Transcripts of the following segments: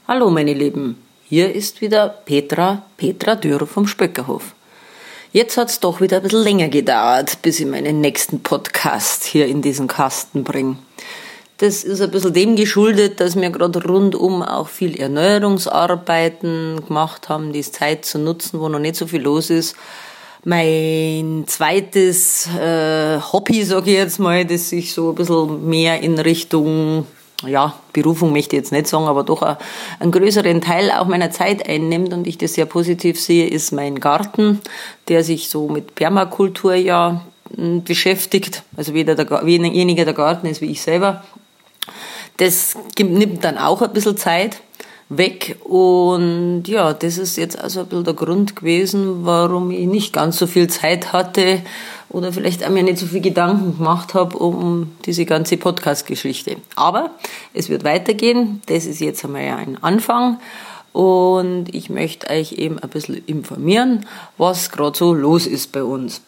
Hallo meine Lieben, hier ist wieder Petra Dürr vom Spöckerhof. Jetzt hat's doch wieder ein bisschen länger gedauert, bis ich meinen nächsten Podcast hier in diesen Kasten bringe. Das ist ein bisschen dem geschuldet, dass wir gerade rundum auch viel Erneuerungsarbeiten gemacht haben, die Zeit zu nutzen, wo noch nicht so viel los ist. Mein zweites Hobby, sage ich jetzt mal, das sich so ein bisschen mehr in Richtung Berufung möchte ich jetzt nicht sagen, aber doch einen größeren Teil auch meiner Zeit einnimmt und ich das sehr positiv sehe, ist mein Garten, der sich so mit Permakultur beschäftigt. Also weniger der Garten ist wie ich selber. Das nimmt dann auch ein bisschen Zeit weg und ja, das ist jetzt also ein bisschen der Grund gewesen, warum ich nicht ganz so viel Zeit hatte oder vielleicht auch mir nicht so viel Gedanken gemacht habe um diese ganze Podcast-Geschichte. Aber es wird weitergehen, das ist jetzt einmal ein Anfang und ich möchte euch eben ein bisschen informieren, was gerade so los ist bei uns.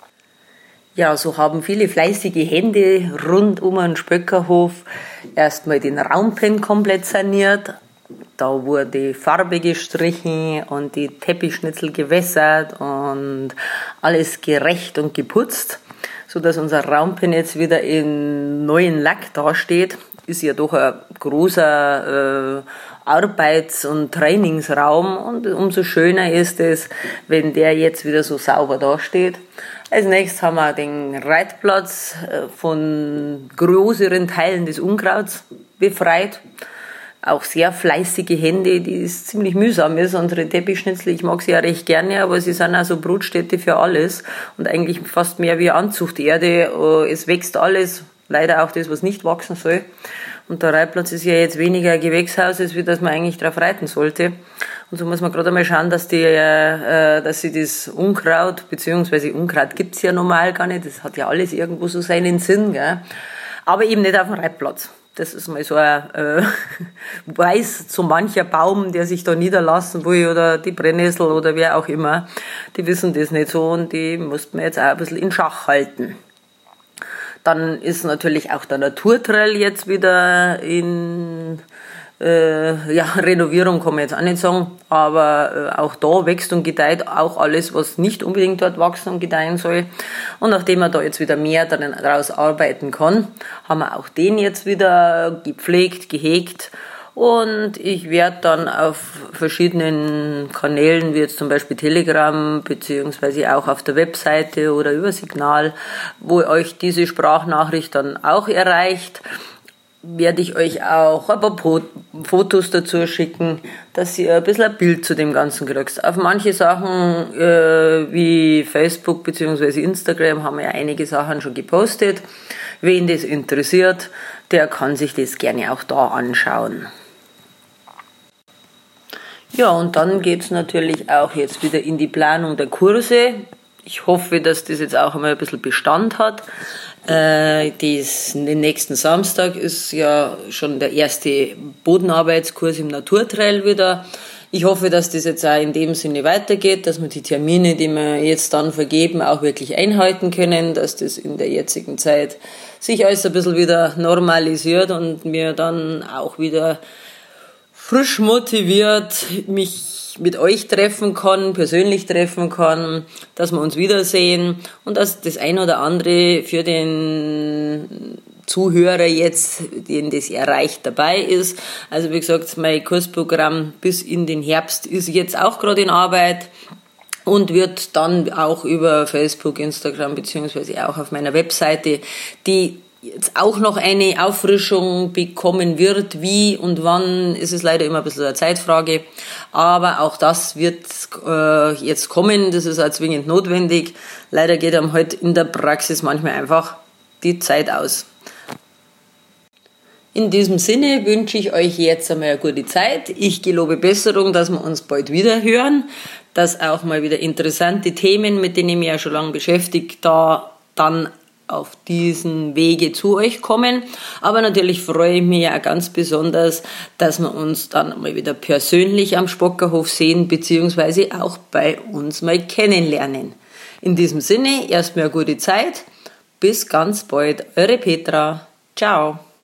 Ja, so haben viele fleißige Hände rund um den Spöckerhof erstmal den Raumpen komplett saniert. Da wurde Farbe gestrichen und die Teppichschnitzel gewässert und alles gerecht und geputzt, sodass unser Raumpen jetzt wieder in neuen Lack dasteht. Ist ja doch ein großer Arbeits- und Trainingsraum und umso schöner ist es, wenn der jetzt wieder so sauber dasteht. Als nächstes haben wir den Reitplatz von größeren Teilen des Unkrauts befreit. Auch sehr fleißige Hände, die es ziemlich mühsam ist. Unsere Teppichschnitzel, ich mag sie ja recht gerne, aber sie sind also Brutstätte für alles und eigentlich fast mehr wie Anzuchterde. Es wächst alles, leider auch das, was nicht wachsen soll. Und der Reitplatz ist ja jetzt weniger ein Gewächshaus, als wie dass man eigentlich drauf reiten sollte. Und so muss man gerade einmal schauen, dass sie das Unkraut, beziehungsweise Unkraut gibt's ja normal gar nicht, das hat ja alles irgendwo so seinen Sinn, gell? Aber eben nicht auf dem Reitplatz. Das ist mal so ein weiß so mancher Baum, der sich da niederlassen will, oder die Brennnessel oder wer auch immer, die wissen das nicht so und die muss man jetzt auch ein bisschen in Schach halten. Dann ist natürlich auch der Naturtrail jetzt wieder in Renovierung kann man jetzt auch nicht sagen, aber auch da wächst und gedeiht auch alles, was nicht unbedingt dort wachsen und gedeihen soll. Und nachdem man da jetzt wieder mehr daraus arbeiten kann, haben wir auch den jetzt wieder gepflegt, gehegt. Und ich werde dann auf verschiedenen Kanälen, wie jetzt zum Beispiel Telegram, beziehungsweise auch auf der Webseite oder über Signal, wo euch diese Sprachnachricht dann auch erreicht, werde ich euch auch ein paar Fotos dazu schicken, dass ihr ein bisschen ein Bild zu dem Ganzen kriegt. Auf manche Sachen wie Facebook bzw. Instagram haben wir ja einige Sachen schon gepostet. Wen das interessiert, der kann sich das gerne auch da anschauen. Ja, und dann geht's natürlich auch jetzt wieder in die Planung der Kurse. Ich hoffe, dass das jetzt auch einmal ein bisschen Bestand hat. Den nächsten Samstag ist ja schon der erste Bodenarbeitskurs im Naturtrail wieder. Ich hoffe, dass das jetzt auch in dem Sinne weitergeht, dass wir die Termine, die wir jetzt dann vergeben, auch wirklich einhalten können, dass das in der jetzigen Zeit sich alles ein bisschen wieder normalisiert und mir dann auch wieder frisch motiviert mich mit euch treffen kann, persönlich treffen kann, dass wir uns wiedersehen und dass das ein oder andere für den Zuhörer jetzt, den das erreicht, dabei ist. Also wie gesagt, mein Kursprogramm bis in den Herbst ist jetzt auch gerade in Arbeit und wird dann auch über Facebook, Instagram beziehungsweise auch auf meiner Webseite, die jetzt auch noch eine Auffrischung bekommen wird. Wie und wann, ist es leider immer ein bisschen eine Zeitfrage. Aber auch das wird jetzt kommen. Das ist auch zwingend notwendig. Leider geht einem halt in der Praxis manchmal einfach die Zeit aus. In diesem Sinne wünsche ich euch jetzt einmal eine gute Zeit. Ich gelobe Besserung, dass wir uns bald wieder hören. Dass auch mal wieder interessante Themen, mit denen ich mich ja schon lange beschäftigt, da dann auf diesen Wege zu euch kommen. Aber natürlich freue ich mich ja auch ganz besonders, dass wir uns dann mal wieder persönlich am Spöckerhof sehen, beziehungsweise auch bei uns mal kennenlernen. In diesem Sinne, erstmal eine gute Zeit. Bis ganz bald. Eure Petra. Ciao.